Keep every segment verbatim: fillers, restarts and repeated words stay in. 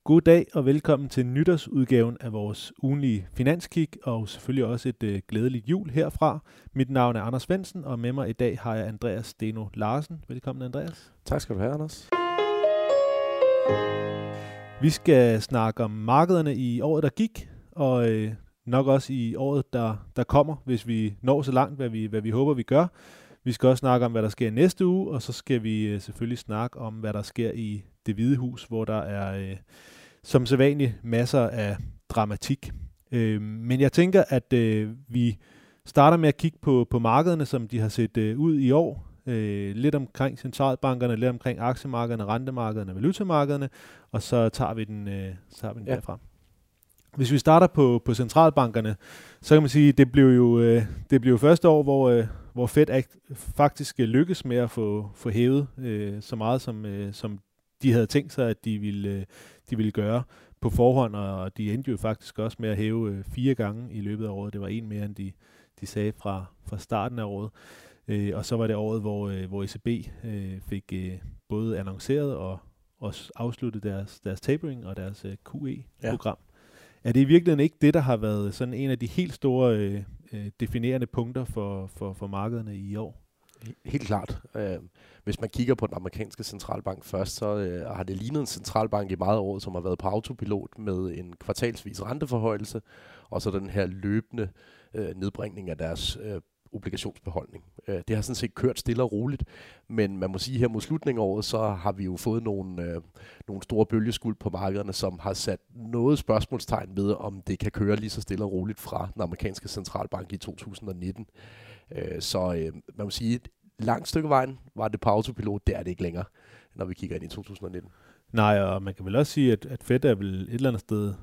God dag og velkommen til nytårsudgaven af vores ugenlige finanskig, og selvfølgelig også et øh, glædeligt jul herfra. Mit navn er Anders Svendsen, og med mig i dag har jeg Andreas Steno Larsen. Velkommen, Andreas. Tak skal du have, Anders. Vi skal snakke om markederne i året, der gik, og øh, nok også i året, der, der kommer, hvis vi når så langt, hvad vi, hvad vi håber, vi gør. Vi skal også snakke om, hvad der sker næste uge, og så skal vi øh, selvfølgelig snakke om, hvad der sker i Det Hvide Hus, hvor der er øh, som sædvanligt masser af dramatik. Øh, men jeg tænker, at øh, vi starter med at kigge på, på markederne, som de har set øh, ud i år. Øh, lidt omkring centralbankerne, lidt omkring aktiemarkederne, rentemarkederne, valutamarkederne, og så tager vi den, øh, så tager vi den ja. derfra. Hvis vi starter på, på centralbankerne, så kan man sige, at det blev jo øh, det blev jo første år, hvor, øh, hvor Fed faktisk lykkes med at få, få hævet øh, så meget, som, øh, som de havde tænkt sig, at de ville, øh, de ville gøre på forhånd, og de endte jo faktisk også med at hæve øh, fire gange i løbet af året. Det var en mere, end de, de sagde fra, fra starten af året. Øh, og så var det året, hvor, øh, hvor E C B øh, fik øh, både annonceret og også afsluttet deres, deres tapering og deres øh, Q E-program. Ja. Er det i virkeligheden ikke det, der har været sådan en af de helt store øh, øh, definerende punkter for, for, for markederne i år? Helt klart. Øh, hvis man kigger på den amerikanske centralbank først, så øh, har det lignet en centralbank i meget år, som har været på autopilot med en kvartalsvis renteforhøjelse, og så den her løbende øh, nedbringning af deres øh, obligationsbeholdning. Øh, det har sådan set kørt stille og roligt, men man må sige her mod slutningen af året, så har vi jo fået nogle, øh, nogle store bølgeskuld på markederne, som har sat noget spørgsmålstegn ved, om det kan køre lige så stille og roligt fra den amerikanske centralbank i to tusind nitten. Øh, så øh, man må sige, et langt stykke vejen var det på autopilot, det er det ikke længere, når vi kigger ind i to tusind nitten. Nej, og man kan vel også sige, at, at Fed er vel et eller andet sted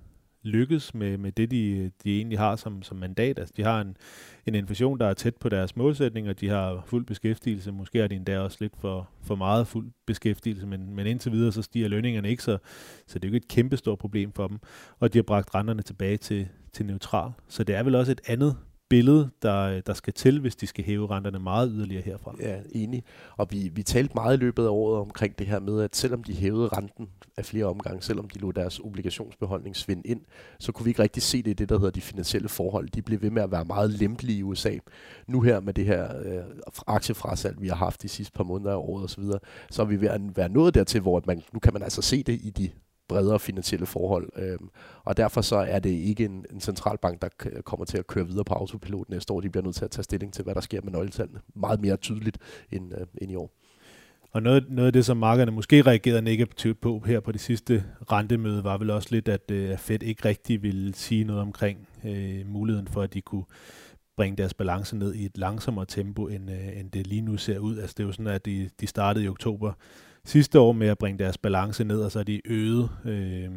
lykkes med, med det, de, de egentlig har som, som mandat. Altså, de har en, en inflation, der er tæt på deres målsætning, og de har fuld beskæftigelse. Måske er de endda også lidt for, for meget fuld beskæftigelse, men, men indtil videre så stiger lønningerne ikke, så, så det er jo ikke et kæmpestort problem for dem. Og de har bragt renterne tilbage til, til neutral. Så det er vel også et andet billede, der, der skal til, hvis de skal hæve renterne meget yderligere herfra. Ja, enig. Og vi, vi talte meget i løbet af året omkring det her med, at selvom de hævede renten af flere omgange, selvom de lod deres obligationsbeholdning svinde ind, så kunne vi ikke rigtig se det i det, der hedder de finansielle forhold. De blev ved med at være meget lempelige i U S A. Nu her med det her øh, aktiefrasalg, vi har haft de sidste par måneder af året osv., så, så er vi ved at være nået dertil, hvor man, nu kan man altså se det i de bredere finansielle forhold, øhm, og derfor så er det ikke en, en centralbank, der k- kommer til at køre videre på autopilot næste år. De bliver nødt til at tage stilling til, hvad der sker med nøgletallene. Meget mere tydeligt end, øh, end i år. Og noget, noget af det, som markederne måske reagerede negativt på her på det sidste rentemøde, var vel også lidt, at øh, Fed ikke rigtig ville sige noget omkring øh, muligheden for, at de kunne bringe deres balance ned i et langsommere tempo, end, øh, end det lige nu ser ud. Altså det er jo sådan, at de, de startede i oktober sidste år med at bringe deres balance ned, og så er de øget, øh,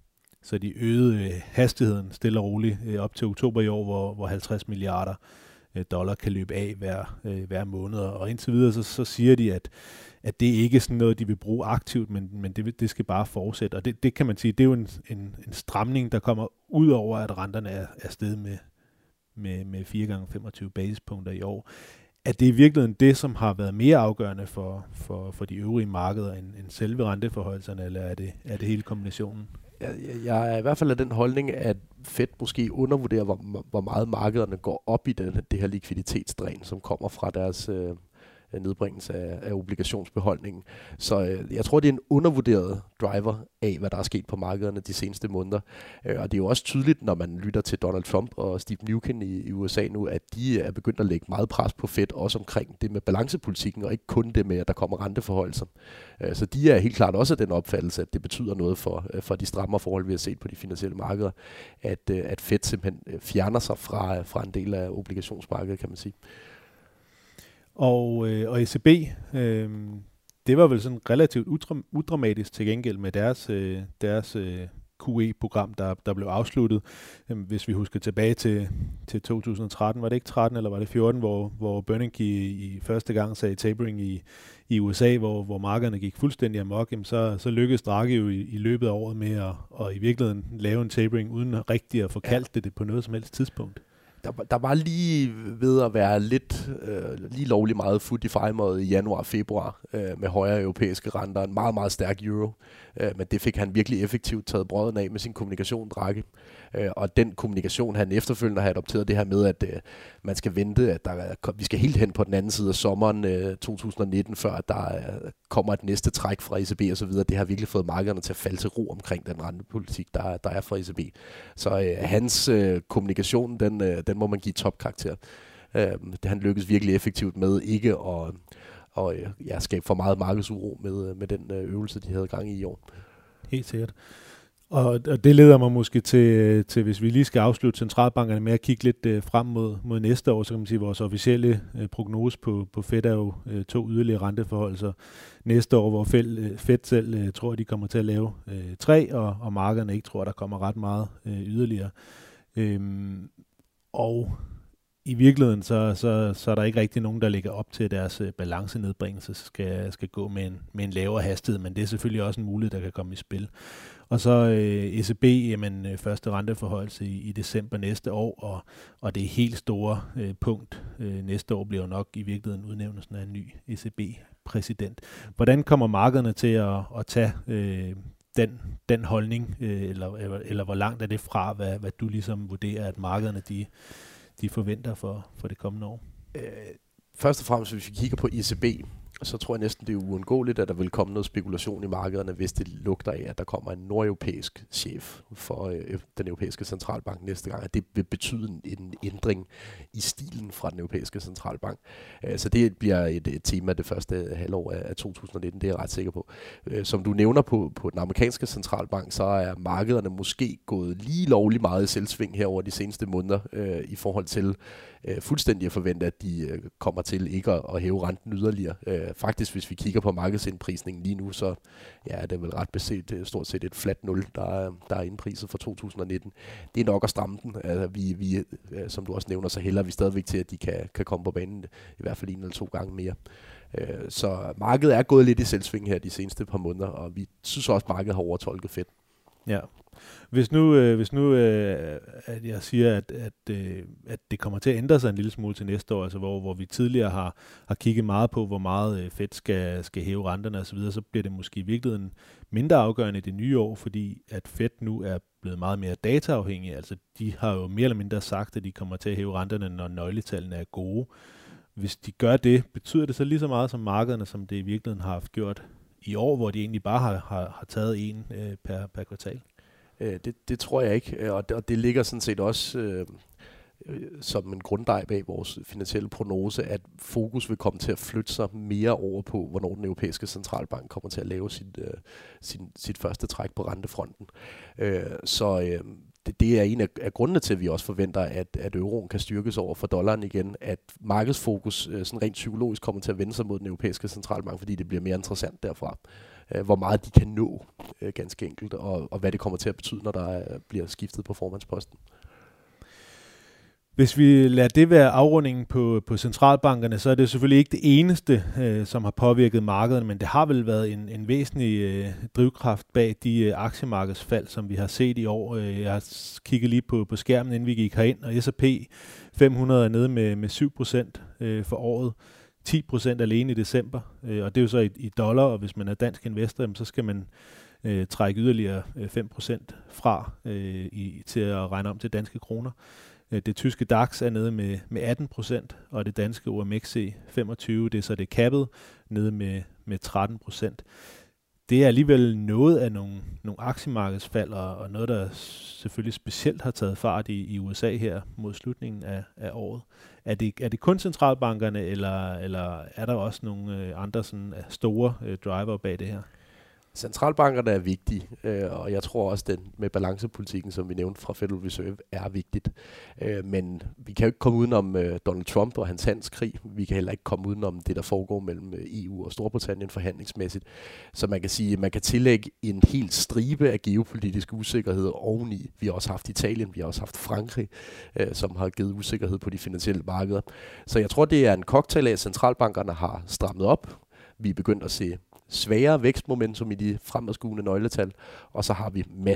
så de øget øh, hastigheden stille og roligt øh, op til oktober i år, hvor, hvor halvtreds milliarder øh, dollar kan løbe af hver, øh, hver måned. Og indtil videre, så, så siger de, at, at det ikke er sådan noget, de vil bruge aktivt, men, men det, det skal bare fortsætte. Og det, det kan man sige, det er jo en, en, en stramning, der kommer ud over, at renterne er, er steget med, med, med fire gange femogtyve basispunkter i år. Er det i virkeligheden det, som har været mere afgørende for, for, for de øvrige markeder end, end selve renteforholdelserne, eller er det, er det hele kombinationen? Jeg, jeg er i hvert fald af den holdning, at Fed måske undervurderer, hvor, hvor meget markederne går op i den, det her likviditetsdræn, som kommer fra deres øh, nedbringelse af, af obligationsbeholdningen. Så øh, jeg tror, det er en undervurderet driver af, hvad der er sket på markederne de seneste måneder. Øh, og det er jo også tydeligt, når man lytter til Donald Trump og Steve Mnuchin i, i U S A nu, at de er begyndt at lægge meget pres på Fed, også omkring det med balancepolitikken, og ikke kun det med, at der kommer renteforholdelser. Øh, så de er helt klart også af den opfattelse, at det betyder noget for, øh, for de strammere forhold, vi har set på de finansielle markeder, at, øh, at Fed simpelthen fjerner sig fra, fra en del af obligationsmarkedet, kan man sige. Og, øh, og E C B, øh, det var vel sådan relativt udra- udramatisk til gengæld med deres, øh, deres øh, Q E-program, der, der blev afsluttet. Øh, hvis vi husker tilbage til, til to tusind og tretten, var det ikke tretten eller var det fjorten, hvor, hvor Bernanke i, i første gang sagde tapering i, i U S A, hvor, hvor markederne gik fuldstændig amok, jamen så, så lykkedes Draghi jo i, i løbet af året med at og i virkeligheden lave en tapering uden rigtig at få kaldt det, det på noget som helst tidspunkt. Der, der var lige ved at være lidt øh, lige lovlig meget foot i fejmåde i januar og februar øh, med højere europæiske renter, en meget, meget stærk euro. Øh, men det fik han virkelig effektivt taget brøden af med sin kommunikation, Draghi. Øh, og den kommunikation, han efterfølgende har adopteret det her med, at øh, man skal vente, at der, vi skal helt hen på den anden side af sommeren øh, to tusind nitten, før der øh, kommer et næste træk fra E C B og så videre. Det har virkelig fået markederne til at falde til ro omkring den rentepolitik, der, der er fra E C B. Så øh, hans øh, kommunikation, den, øh, den må man give topkarakter. Øh, det han lykkes virkelig effektivt med ikke at og, øh, ja, skabe for meget markedsuro med, med den øh, øvelse, de havde gang i i år. Helt sikkert. Og, og det leder mig måske til, til, hvis vi lige skal afslutte centralbankerne med at kigge lidt øh, frem mod, mod næste år, så kan man sige, at vores officielle øh, prognose på, på Fed er jo øh, to yderligere renteforholdelser næste år, hvor Fed, øh, Fed selv øh, tror, at de kommer til at lave øh, tre, og, og markederne ikke tror, at der kommer ret meget øh, yderligere. Øhm, og i virkeligheden, så, så, så er der ikke rigtig nogen, der lægger op til, at deres øh, balancenedbringelse skal, skal gå med en, med en lavere hastighed, men det er selvfølgelig også en mulighed, der kan komme i spil. Og så øh, E C B, jamen øh, første renteforhøjelse i, i december næste år, og, og det helt store øh, punkt øh, næste år bliver jo nok i virkeligheden udnævnelsen af en ny E C B-præsident. Hvordan kommer markederne til at, at tage øh, den, den holdning, øh, eller, eller, eller hvor langt er det fra, hvad, hvad du ligesom vurderer, at markederne de, de forventer for, for det kommende år? Øh, først og fremmest, hvis vi kigger på E C B, så tror jeg næsten, det er uundgåeligt, at der vil komme noget spekulation i markederne, hvis det lugter af, at der kommer en nordeuropæisk chef for øh, den europæiske centralbank næste gang, at det vil betyde en, en ændring i stilen fra den europæiske centralbank. Øh, så det bliver et, et tema det første halvår af, af to tusind nitten, det er jeg ret sikker på. Øh, som du nævner på, på den amerikanske centralbank, så er markederne måske gået lige lovlig meget i selvsving her over de seneste måneder, øh, i forhold til øh, fuldstændig at forvente, at de øh, kommer til ikke at, at hæve renten yderligere. Øh, faktisk, hvis vi kigger på markedsindprisningen lige nu, så ja, det er vel ret beset stort set et fladt nul, der er, der er indpriset for to tusind nitten. Det er nok at stramme den. Altså, vi, vi, som du også nævner, så hælder vi stadigvæk til, at de kan, kan komme på banen i hvert fald en eller to gange mere. Så markedet er gået lidt i selvsving her de seneste par måneder, og vi synes også, at markedet har overtolket fedt. Ja. Hvis nu, øh, hvis nu øh, at jeg siger, at, at, øh, at det kommer til at ændre sig en lille smule til næste år, altså hvor, hvor vi tidligere har, har kigget meget på, hvor meget øh, Fed skal, skal hæve renterne osv., så, så bliver det måske i virkeligheden mindre afgørende i det nye år, fordi at Fed nu er blevet meget mere dataafhængige. Altså de har jo mere eller mindre sagt, at de kommer til at hæve renterne, når nøgletallene er gode. Hvis de gør det, betyder det så lige så meget som markederne, som det i virkeligheden har haft gjort i år, hvor de egentlig bare har, har, har taget en øh, per, per kvartal? Det, det tror jeg ikke, og det, og det ligger sådan set også øh, øh, som en grunddej bag vores finansielle prognose, at fokus vil komme til at flytte sig mere over på, hvornår den europæiske centralbank kommer til at lave sit, øh, sin, sit første træk på rentefronten. Øh, så øh, det, det er en af, af grundene til, at vi også forventer, at, at euroen kan styrkes over for dollaren igen, at markedsfokus øh, sådan rent psykologisk kommer til at vende sig mod den europæiske centralbank, fordi det bliver mere interessant derfra. Hvor meget de kan nå, øh, ganske enkelt, og, og hvad det kommer til at betyde, når der er, bliver skiftet på formandsposten. Hvis vi lader det være afrundingen på, på centralbankerne, så er det selvfølgelig ikke det eneste, øh, som har påvirket markederne, men det har vel været en, en væsentlig øh, drivkraft bag de øh, aktiemarkedsfald, som vi har set i år. Jeg har kigget lige på, på skærmen, inden vi gik herind, og S og P fem hundrede er nede med, med syv procent øh, for året. ti procent alene i december, øh, og det er jo så i, i dollar, og hvis man er dansk investor, så skal man øh, trække yderligere øh, fem procent fra øh, i, til at regne om til danske kroner. Øh, det tyske DAX er nede med, med atten procent, og det danske O M X C femogtyve, det er så det cappet, nede med, med tretten procent. Det er alligevel noget af nogle, nogle aktiemarkedsfald, og, og noget, der selvfølgelig specielt har taget fart i, i U S A her mod slutningen af, af året. Er det, er det kun centralbankerne, eller, eller er der også nogle øh, andre sådan, store øh, driver bag det her? Centralbankerne er vigtige, øh, og jeg tror også, at den med balancepolitikken, som vi nævnte fra Federal Reserve, er vigtigt. Øh, men vi kan jo ikke komme udenom øh, Donald Trump og hans handelskrig. Vi kan heller ikke komme udenom det, der foregår mellem E U og Storbritannien forhandlingsmæssigt. Så man kan sige, at man kan tillægge en helt stribe af geopolitiske usikkerheder oveni. Vi har også haft Italien, vi har også haft Frankrig, øh, som har givet usikkerhed på de finansielle markeder. Så jeg tror, det er en cocktail af, at centralbankerne har strammet op. Vi er begyndt at se svagere vækstmomentum i de fremadskuende nøgletal, og så har vi masser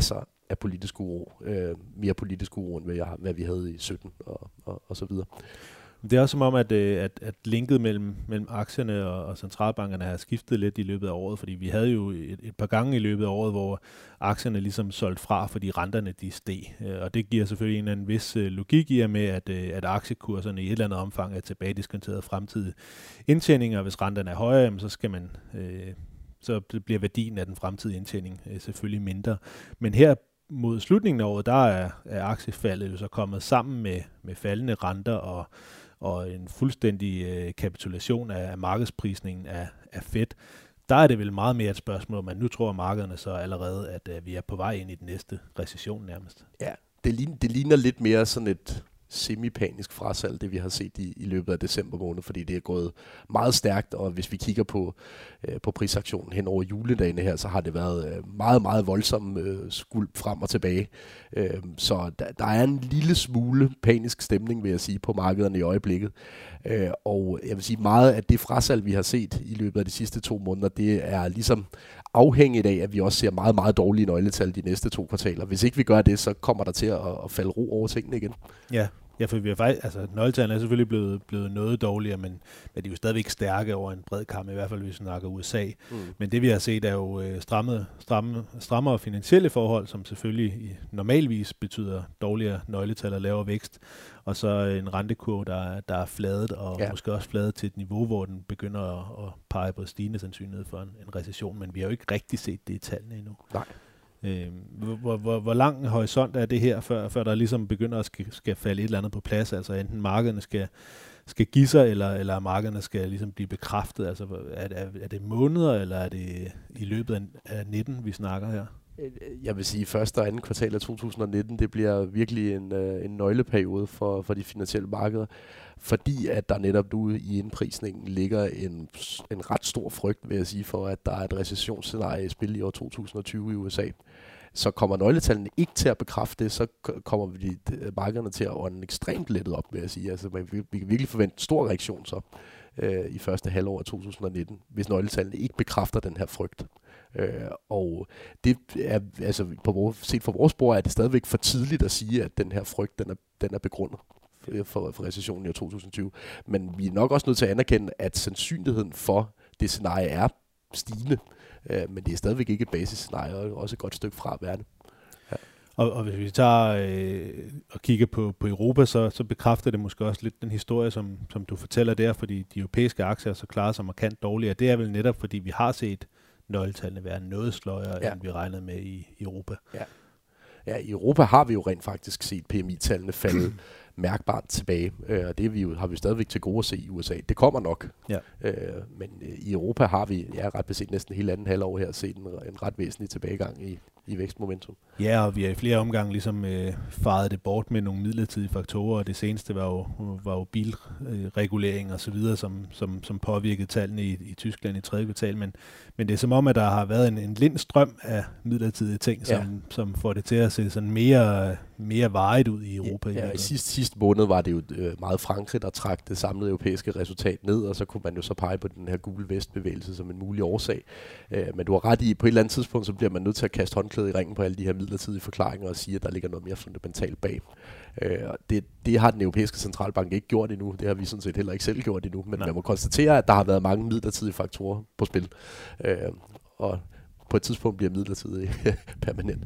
af politisk uro. Øh, mere politisk uro, end hvad, jeg, hvad vi havde i sytten og, og, og så videre. Det er også som om, at, at, at linket mellem, mellem aktierne og, og centralbankerne har skiftet lidt i løbet af året, fordi vi havde jo et, et par gange i løbet af året, hvor aktierne ligesom solgt fra, fordi renterne de steg. Og det giver selvfølgelig en eller anden vis logik i med, at, at aktiekurserne i et eller andet omfang er tilbagediskonteret fremtidige indtjeninger. Hvis renterne er højere, så skal man... Øh, så bliver værdien af den fremtidige indtjening øh, selvfølgelig mindre. Men her mod slutningen af året, der er, er aktiefaldet jo så kommet sammen med, med faldende renter og, og en fuldstændig øh, kapitulation af markedsprisningen af, af Fed. Der er det vel meget mere et spørgsmål, men nu tror markederne så allerede, at øh, vi er på vej ind i den næste recession nærmest. Ja, det ligner, det ligner lidt mere sådan et semipanisk frasalg, det vi har set i, i løbet af december måned, fordi det er gået meget stærkt, og hvis vi kigger på, øh, på prisaktionen hen over juledagene her, så har det været øh, meget, meget voldsom øh, skulp frem og tilbage. Øh, så der, der er en lille smule panisk stemning, vil jeg sige, på markederne i øjeblikket. Øh, og jeg vil sige, meget af det frasalg, vi har set i løbet af de sidste to måneder, det er ligesom afhængigt af, at vi også ser meget, meget dårlige nøgletal de næste to kvartaler. Hvis ikke vi gør det, så kommer der til at, at falde ro over tingene igen. Ja. Ja, for vi er faktisk, altså nøgletallene er selvfølgelig blevet, blevet noget dårligere, men, men de er jo stadigvæk stærke over en bred kamp, i hvert fald hvis vi snakker U S A. Mm. Men det vi har set er jo øh, stramme, stramme, strammere finansielle forhold, som selvfølgelig normalvis betyder dårligere nøgletal og lavere vækst, og så en rentekurve, der, der er fladet, og ja. måske også fladet til et niveau, hvor den begynder at, at pege på stigende sandsynlighed for en, en recession, men vi har jo ikke rigtig set det i tallene endnu. Nej. Øh, hvor, hvor, hvor lang horisont er det her, før, før der ligesom begynder at skal, skal falde et eller andet på plads? Altså enten markederne skal, skal give sig, eller, eller markederne skal ligesom blive bekræftet? Altså er, er, er det måneder, eller er det i løbet af, af nitten, vi snakker her? Jeg vil sige, at første og anden kvartal af to tusind nitten, det bliver virkelig en, en nøgleperiode for, for de finansielle markeder, fordi at der netop nu i indprisningen ligger en, en ret stor frygt, vil jeg sige, for at der er et recessionsscenarie i spil i år to tusind tyve i U S A. Så kommer nøgletallene ikke til at bekræfte det, så kommer vi markederne til at ånde ekstremt lettet op, vil jeg sige. Altså, vi kan virkelig forvente stor reaktion så øh, i første halvår af to tusind nitten, hvis nøgletallene ikke bekræfter den her frygt. Øh, og det er, altså på vores, set fra vores spor er det stadigvæk for tidligt at sige, at den her frygt, den er, den er begrundet for, for recessionen i år to tusind tyve. Men vi er nok også nødt til at anerkende, at sandsynligheden for det scenarie er stigende, øh, men det er stadigvæk ikke et basisscenarie, og også et godt stykke fra verden. Ja. Og, og hvis vi tager øh, og kigger på, på Europa, så, så bekræfter det måske også lidt den historie, som, som du fortæller der, fordi de europæiske aktier så klarer sig markant dårligere. Det er vel netop, fordi vi har set nøgletallene være noget sløjere, ja. end vi regnede med i, i Europa. Ja. ja, i Europa har vi jo rent faktisk set P M I-tallene falde mærkbart tilbage, øh, og det vi jo, har vi stadigvæk til gode at se i U S A. Det kommer nok, ja. øh, men øh, i Europa har vi, ja, ret beset næsten hele anden halvår her, set en, en ret væsentlig tilbagegang i, i vækstmomentum. Ja, og vi har i flere omgange ligesom øh, faret det bort med nogle midlertidige faktorer, og det seneste var jo, var jo bilregulering og så videre, som, som, som påvirkede tallene i, i Tyskland i tredje kvartal, men, men det er som om, at der har været en, en lind strøm af midlertidige ting, som, ja. som får det til at se sådan mere, mere varigt ud i Europa. Ja, ja, i sidste, sidste måned var det jo øh, meget Frankrig, der trak det samlede europæiske resultat ned, og så kunne man jo så pege på den her gule vestbevægelse som en mulig årsag. Øh, men du har ret i, på et eller andet tidspunkt, så bliver man nødt til at kaste håndklædet i ringen på alle de her midlertidige forklaringer og sige, at der ligger noget mere fundamentalt bag. Øh, det, det har den europæiske centralbank ikke gjort endnu. Det har vi sådan set heller ikke selv gjort endnu. Men Nej. man må konstatere, at der har været mange midlertidige faktorer på spil. Øh, og på et tidspunkt bliver midlertidigt permanent.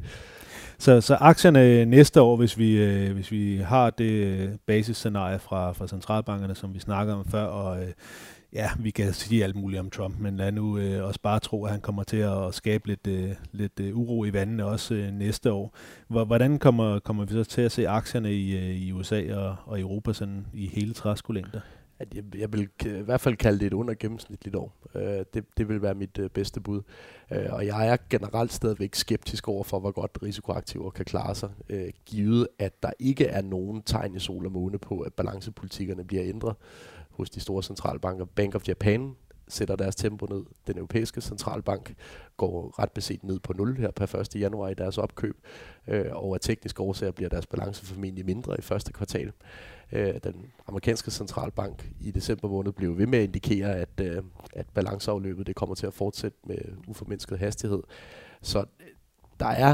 Så, så aktierne næste år, hvis vi, øh, hvis vi har det basisscenarie fra, fra centralbankerne, som vi snakker om før, og øh, ja, vi kan sige alt muligt om Trump, men lad nu øh, også bare tro, at han kommer til at skabe lidt, øh, lidt øh, uro i vandene også øh, næste år. Hvordan kommer, kommer vi så til at se aktierne i, øh, i U S A og, og Europa sådan i hele træskolængder? Jeg, jeg vil i hvert fald kalde det et under gennemsnitligt år. Uh, det, det vil være mit uh, bedste bud. Uh, og jeg er generelt stadigvæk skeptisk over for, hvor godt risikoaktiver kan klare sig, uh, givet at der ikke er nogen tegn i sol og måne på, at balancepolitikkerne bliver ændret hos de store centralbanker. Bank of Japan sætter deres tempo ned. Den europæiske centralbank går ret beset ned på nul her per første januar i deres opkøb, øh, og af tekniske årsager bliver deres balance formentlig mindre i første kvartal. Øh, den amerikanske centralbank i december måned blev ved med at indikere, at, øh, at balanceafløbet det kommer til at fortsætte med uformindsket hastighed. Så der er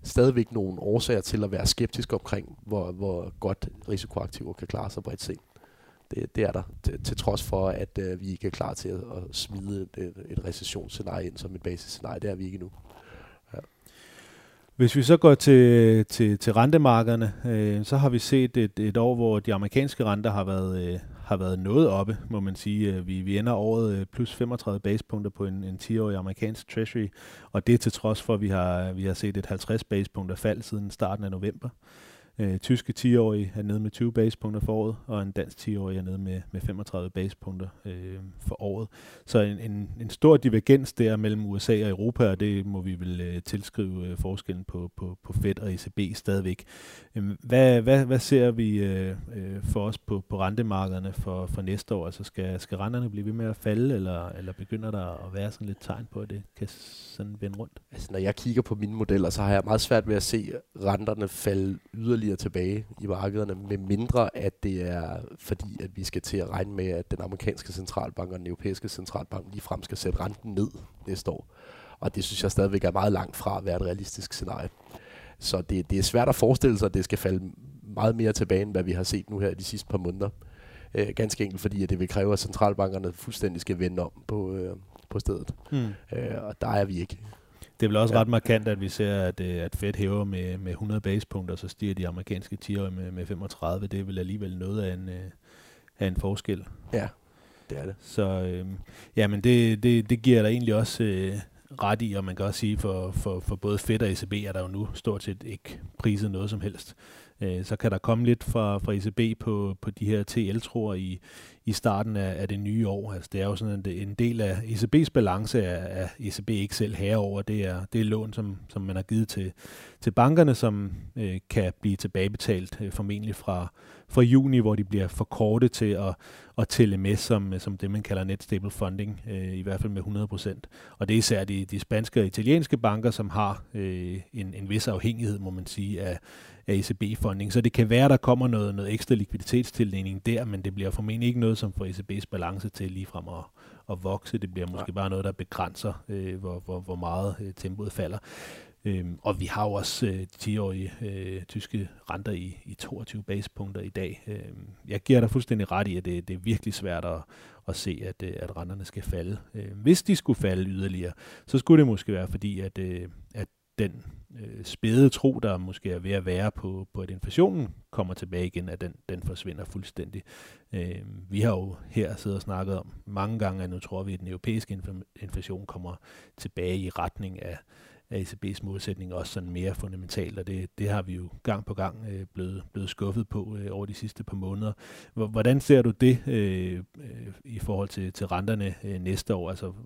stadigvæk nogle årsager til at være skeptisk omkring, hvor, hvor godt risikoaktiver kan klare sig bredt set. Det, det er der, til, til trods for, at øh, vi ikke er klar til at, at smide et, et, et recessionsscenarie ind som et basisscenarie. Det er vi ikke nu. Ja. Hvis vi så går til, til, til rentemarkederne, øh, så har vi set et, et år, hvor de amerikanske renter har været, øh, har været noget oppe, må man sige. Vi, vi ender året plus femogtredive basepunkter på en, en ti-årig amerikansk treasury, og det er til trods for, at vi har, vi har set et halvtreds basepunkter fald siden starten af november. Øh, tyske ti-årige er nede med tyve basepunkter for året, og en dansk ti-årig er nede med, med femogtredive basepunkter øh, for året. Så en, en, en stor divergens der mellem U S A og Europa, og det må vi vel øh, tilskrive øh, forskellen på, på, på Fed og E C B stadigvæk. Øh, hvad, hvad, hvad ser vi øh, øh, for os på, på rentemarkederne for, for næste år? Altså skal, skal renterne blive ved med at falde, eller, eller begynder der at være sådan lidt tegn på, at det kan sådan vende rundt? Altså, når jeg kigger på mine modeller, så har jeg meget svært ved at se renterne falde yderligere tilbage i markederne, med mindre at det er fordi, at vi skal til at regne med, at den amerikanske centralbank og den europæiske centralbank ligefrem skal sætte renten ned næste år. Og det synes jeg stadigvæk er meget langt fra at være et realistisk scenarie. Så det, det er svært at forestille sig, at det skal falde meget mere tilbage, end hvad vi har set nu her de sidste par måneder. Øh, ganske enkelt fordi, at det vil kræve, at centralbankerne fuldstændig skal vende om på, øh, på stedet. Mm. Øh, og der er vi ikke. Det er vel også ja. ret markant, at vi ser, at, at Fed hæver med, med hundrede basepunkter, så stiger de amerikanske ti-årige med, med femogtredive. Det er vel alligevel noget af en, af en forskel. Ja, det er det. Så øh, ja, men det, det, det giver der egentlig også øh, ret i, og man kan også sige, for, for, for både Fed og E C B er der jo nu stort set ikke priset noget som helst. Øh, så kan der komme lidt fra, fra E C B på, på de her T L-tror i, i starten af, af det nye år. Altså, det er jo sådan en, en del af E C B's balance er, er E C B ikke selv herre over. Det er, det er lån, som, som man har givet til, til bankerne, som øh, kan blive tilbagebetalt øh, formentlig fra, fra juni, hvor de bliver forkortet til at, at tælle med som, som det, man kalder net stable funding, øh, i hvert fald med hundrede procent. Og det er især de, de spanske og italienske banker, som har øh, en, en vis afhængighed, må man sige, af af E C B-funding. Så det kan være, der kommer noget, noget ekstra likviditetstildeling der, men det bliver formentlig ikke noget, som får E C B's balance til ligefrem at, at vokse. Det bliver måske ja. bare noget, der begrænser, øh, hvor, hvor, hvor meget øh, tempoet falder. Øhm, og vi har jo også øh, ti-årige øh, tyske renter i, i toogtyve basepunkter i dag. Øhm, jeg giver dig fuldstændig ret i, at det, det er virkelig svært at, at se, at, at renterne skal falde. Øhm, hvis de skulle falde yderligere, så skulle det måske være fordi, at, øh, at den øh, spæde tro, der måske er ved at være på, på at inflationen kommer tilbage igen, at den, den forsvinder fuldstændig. Øh, vi har jo her siddet og snakket om mange gange, at nu tror vi, at den europæiske inflation kommer tilbage i retning af, af E C B's målsætning, også sådan mere fundamentalt, og det, det har vi jo gang på gang øh, blevet, blevet skuffet på øh, over de sidste par måneder. Hvordan ser du det øh, øh, i forhold til, til renterne øh, næste år? Altså,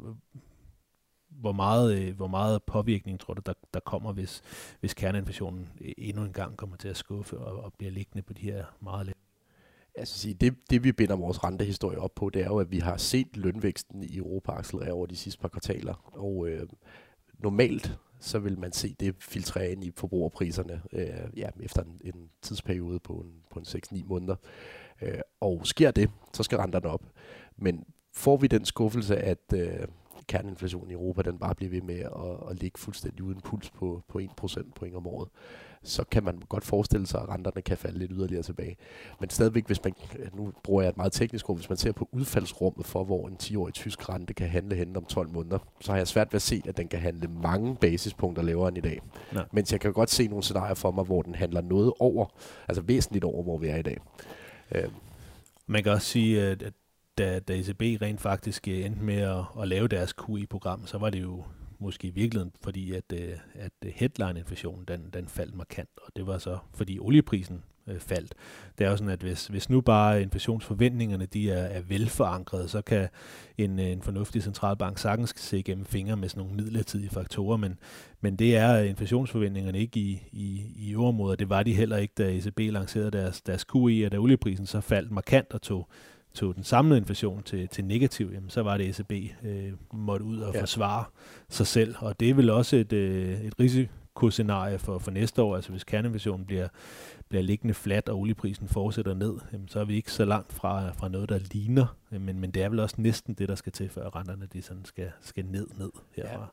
Hvor meget, øh, hvor meget påvirkning tror du, der, der kommer, hvis, hvis kerneinflationen endnu en gang kommer til at skuffe og, og bliver liggende på de her meget lave? Altså, det, det vi binder vores rentehistorie op på, det er jo, at vi har set lønvæksten i Europa accelerere over de sidste par kvartaler. Og øh, normalt så vil man se det filtrere ind i forbrugerpriserne øh, ja, efter en, en tidsperiode på en, på en seks ni måneder. Øh, og sker det, så skal renterne op. Men får vi den skuffelse, at øh, kerneinflationen i Europa, den bare bliver ved med at, at ligge fuldstændig uden puls på, på en procentpoint om året, så kan man godt forestille sig, at renterne kan falde lidt yderligere tilbage. Men stadigvæk, hvis man, nu bruger jeg et meget teknisk ord, hvis man ser på udfaldsrummet for, hvor en ti-årig tysk rente kan handle hen om tolv måneder, så har jeg svært ved at se, at den kan handle mange basispunkter lavere end i dag. Nej. Mens jeg kan godt se nogle scenarier for mig, hvor den handler noget over, altså væsentligt over, hvor vi er i dag. Øh. Man kan også sige, at da, da E C B rent faktisk endte med at, at lave deres Q E-program, så var det jo måske i virkeligheden, fordi at, at headline-inflationen, den, den faldt markant, og det var så, fordi olieprisen øh, faldt. Det er jo sådan, at hvis, hvis nu bare inflationsforventningerne, de er, er velforankrede, så kan en, en fornuftig centralbank sagtens se gennem fingre med sådan nogle midlertidige faktorer, men, men det er inflationsforventningerne ikke i, i, i øvrigt, det var de heller ikke, da E C B lancerede deres, deres Q E, og da olieprisen så faldt markant og tog tog den samlede inflation til, til negativ, jamen, så var det E C B øh, måtte ud og ja. forsvare sig selv. Og det er vel også et, øh, et risikoscenarie for, for næste år. Altså hvis kerneinflationen bliver, bliver liggende flat, og olieprisen fortsætter ned, jamen, så er vi ikke så langt fra, fra noget, der ligner. Men, men det er vel også næsten det, der skal til, før renterne de sådan skal, skal ned, ned herfra.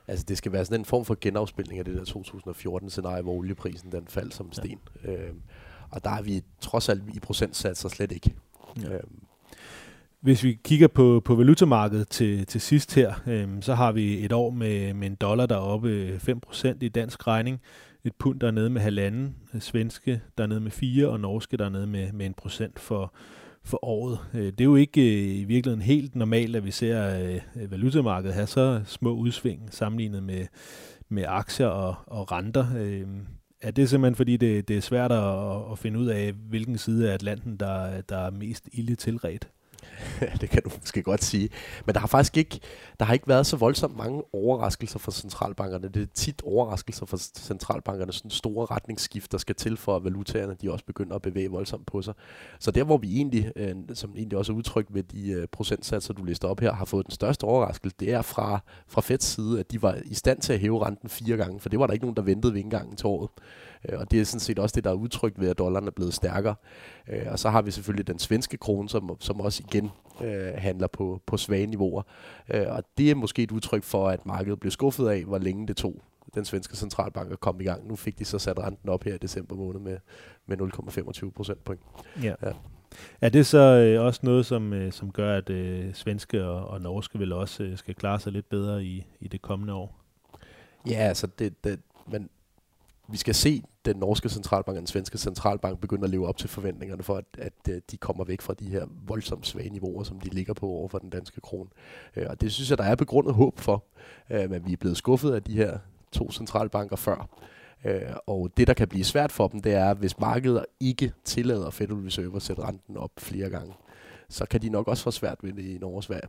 Altså det skal være sådan en form for genafspilning af det der to tusind og fjorten-scenarie, hvor olieprisen den faldt som sten. Ja. Øhm, og der er vi trods alt i procentsatser slet ikke. Ja. Øhm. Hvis vi kigger på, på valutamarkedet til, til sidst her, øhm, så har vi et år med, med en dollar, der er oppe fem procent i dansk regning. Et pund, der er nede med halvanden. Svenske, der er nede med fire, og norske, der er nede med, med en procent for for året. Det er jo ikke i virkeligheden helt normalt, at vi ser øh, valutamarkedet have så små udsving sammenlignet med, med aktier og, og renter. Øh, er det simpelthen, fordi det, det er svært at, at finde ud af, hvilken side af Atlanten, der, der er mest ilde tilredt? Det kan du måske godt sige. Men der har faktisk ikke, der har ikke været så voldsomt mange overraskelser for centralbankerne. Det er tit overraskelser for centralbankerne, sådan store retningsskift, der skal til for, at valutaerne de også begynder at bevæge voldsomt på sig. Så der, hvor vi egentlig, øh, som egentlig også er udtrykt ved de øh, procentsatser, du lister op her, har fået den største overraskelse, det er fra, fra Feds side, at de var i stand til at hæve renten fire gange, for det var der ikke nogen, der ventede ved indgangen til året. Og det er sådan set også det, der er udtrykt ved, at dollaren er blevet stærkere. Og så har vi selvfølgelig den svenske krone, som, som også igen øh, handler på, på svage niveauer. Og det er måske et udtryk for, at markedet blev skuffet af, hvor længe det tog den svenske centralbank at komme i gang. Nu fik de så sat renten op her i december måned med, med nul komma femogtyve procentpoint. Ja. Ja. Er det så øh, også noget, som, øh, som gør, at øh, svenske og, og norske vel også øh, skal klare sig lidt bedre i, i det kommende år? Ja, altså det, det men vi skal se den norske centralbank og den svenske centralbank begynde at leve op til forventningerne for, at, at de kommer væk fra de her voldsomt svage niveauer, som de ligger på over for den danske krone. Og det synes jeg, der er begrundet håb for, men vi er blevet skuffet af de her to centralbanker før. Og det, der kan blive svært for dem, det er, hvis markedet ikke tillader Federal Reserve at sætte renten op flere gange, så kan de nok også få svært ved det i Norge og Sverige.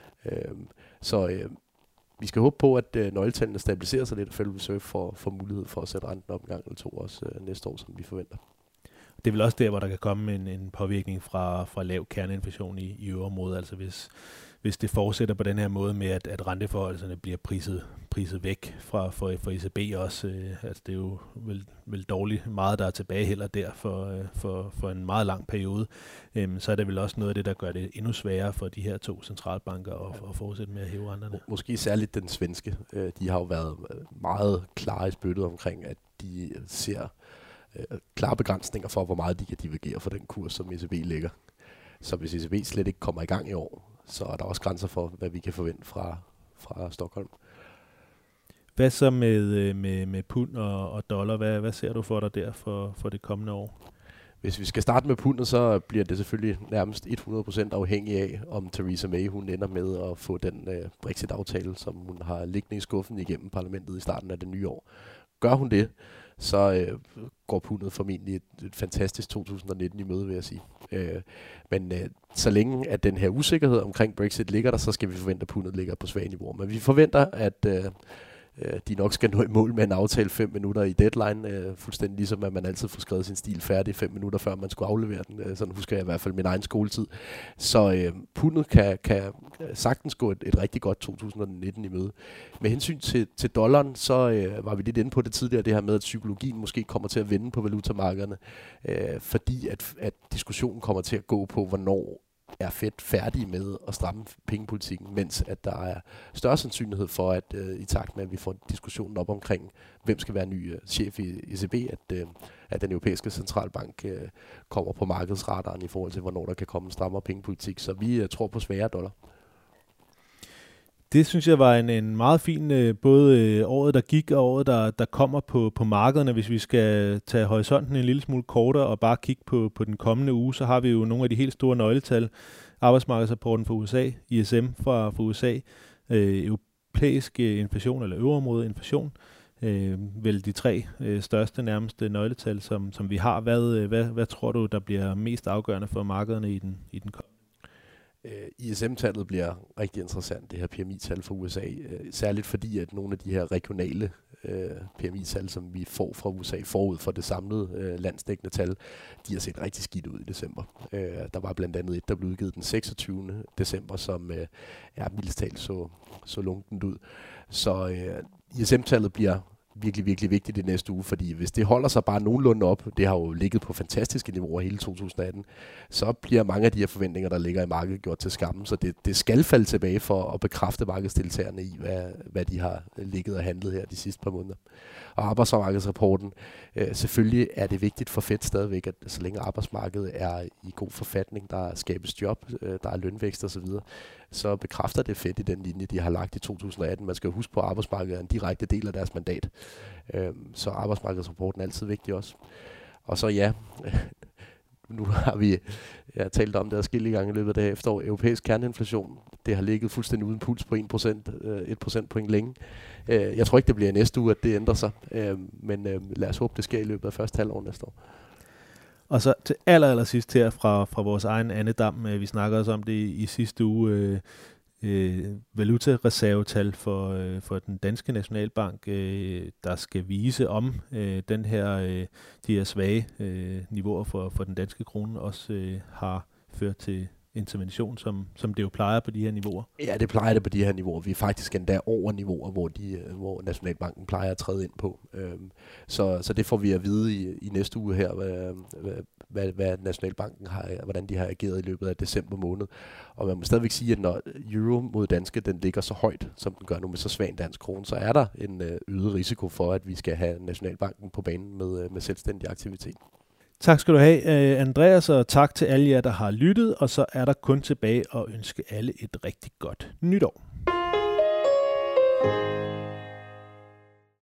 Så vi skal håbe på, at øh, nøgletallene stabiliserer sig lidt, og Federal Reserve får, får mulighed for at sætte renten op en gang eller to også øh, næste år, som vi forventer. Det er vel også der, hvor der kan komme en, en påvirkning fra, fra lav kerneinflation i, i øvrigt, altså hvis, hvis det fortsætter på den her måde med, at, at renteforholdelserne bliver priset, priset væk fra, for, for E C B også. Øh, altså det er jo vel, vel dårligt meget, der er tilbage heller der for, øh, for, for en meget lang periode. Øhm, så er det vel også noget af det, der gør det endnu sværere for de her to centralbanker at, ja. at fortsætte med at hæve renterne. Måske særligt den svenske. Øh, de har jo været meget klare i spyttet omkring, at de ser øh, klare begrænsninger for, hvor meget de kan divergere for den kurs, som E C B lægger. Så hvis E C B slet ikke kommer i gang i år, så er der også grænser for, hvad vi kan forvente fra, fra Stockholm. Hvad så med, med, med pund og, og dollar? Hvad, hvad ser du for dig der for, for det kommende år? Hvis vi skal starte med pundet, så bliver det selvfølgelig nærmest hundrede procent afhængig af, om Theresa May hun ender med at få den øh, Brexit-aftale, som hun har liggende i skuffen igennem parlamentet i starten af det nye år. Gør hun det, så øh, går pundet formentlig et, et fantastisk to tusind nitten i møde, vil jeg sige. Øh, men øh, så længe at den her usikkerhed omkring Brexit ligger der, så skal vi forvente, at pundet ligger på svage niveauer. Men vi forventer, at øh, de nok skal nå i mål med en aftale fem minutter i deadline, øh, fuldstændig ligesom at man altid får skrevet sin stil færdig fem minutter før man skulle aflevere den. Øh, sådan husker jeg i hvert fald min egen skoletid. Så øh, pundet kan, kan sagtens gå et, et rigtig godt to tusind nitten i møde. Med hensyn til, til dollaren, så øh, var vi lidt inde på det tidligere, det her med, at psykologien måske kommer til at vende på valutamarkederne, øh, fordi at, at diskussionen kommer til at gå på, hvornår er Fed færdige med at stramme pengepolitikken, mens at der er større sandsynlighed for, at øh, i takt med, at vi får diskussionen op omkring, hvem skal være ny øh, chef i E C B, at, øh, at den europæiske centralbank øh, kommer på markedsradaren i forhold til, hvornår der kan komme en strammere pengepolitik. Så vi øh, tror på svagere dollar. Det synes jeg var en, en meget fin, øh, både øh, året, der gik, og året, der, der kommer på, på markederne. Hvis vi skal tage horisonten en lille smule kortere og bare kigge på, på den kommende uge, så har vi jo nogle af de helt store nøgletal. Arbejdsmarkedsrapporten fra U S A, I S M fra, fra U S A, øh, europæisk inflation eller øvreområde inflation. Øh, vel de tre øh, største nærmeste nøgletal, som, som vi har. Hvad, øh, hvad, hvad tror du, der bliver mest afgørende for markederne i den, i den kommende? I S M-tallet bliver rigtig interessant, det her P M I-tal for U S A, særligt fordi, at nogle af de her regionale øh, P M I-tal, som vi får fra U S A forud for det samlede øh, landsdækkende tal, de har set rigtig skidt ud i december. Øh, der var blandt andet et, der blev udgivet den seksogtyvende december, som øh, er mildest talt så, så lunkent ud. Så øh, I S M-tallet bliver virkelig, virkelig vigtigt i næste uge, fordi hvis det holder sig bare nogenlunde op, det har jo ligget på fantastiske niveauer hele to tusind atten, så bliver mange af de her forventninger, der ligger i markedet, gjort til skamme, så det, det skal falde tilbage for at bekræfte markedsdeltagerne i, hvad, hvad de har ligget og handlet her de sidste par måneder. Og arbejdsmarkedsrapporten, øh, selvfølgelig er det vigtigt for Fed stadigvæk, at så længe arbejdsmarkedet er i god forfatning, der skabes job, øh, der er lønvækst osv., så bekræfter det Fed i den linje, de har lagt i to tusind atten. Man skal jo huske på, at arbejdsmarkedet er en direkte del af deres mandat. Øh, så arbejdsmarkedsrapporten er altid vigtig også. Og så ja, nu har vi jeg har talt om det adskillige gange i løbet af det her efterår. Europæisk kerneinflation, det har ligget fuldstændig uden puls på en procent, et procentpoint længe. Jeg tror ikke, det bliver næste uge, at det ændrer sig. Men lad os håbe, det sker i løbet af første halvår næste år. Og så til aller, aller sidst her fra, fra vores egen andedam, vi snakker også om det i, i sidste uge, øh, øh, valutareservetal for, øh, for den danske nationalbank, øh, der skal vise om øh, den her, øh, de her svage øh, niveauer for, for den danske krone også øh, har ført til intervention, som, som det jo plejer på de her niveauer. Ja, det plejer det på de her niveauer. Vi er faktisk endda over niveauer, hvor, de, hvor Nationalbanken plejer at træde ind på. Øhm, så, så det får vi at vide i, i næste uge her, hvad, hvad, hvad Nationalbanken har, hvordan de har ageret i løbet af december måned. Og man må stadigvæk sige, at når euro mod danske, den ligger så højt, som den gør nu med så svag en dansk krone, så er der en øget risiko for, at vi skal have Nationalbanken på banen med, med selvstændig aktivitet. Tak skal du have, Andreas, og tak til alle jer, der har lyttet, og så er der kun tilbage at ønske alle et rigtig godt nytår.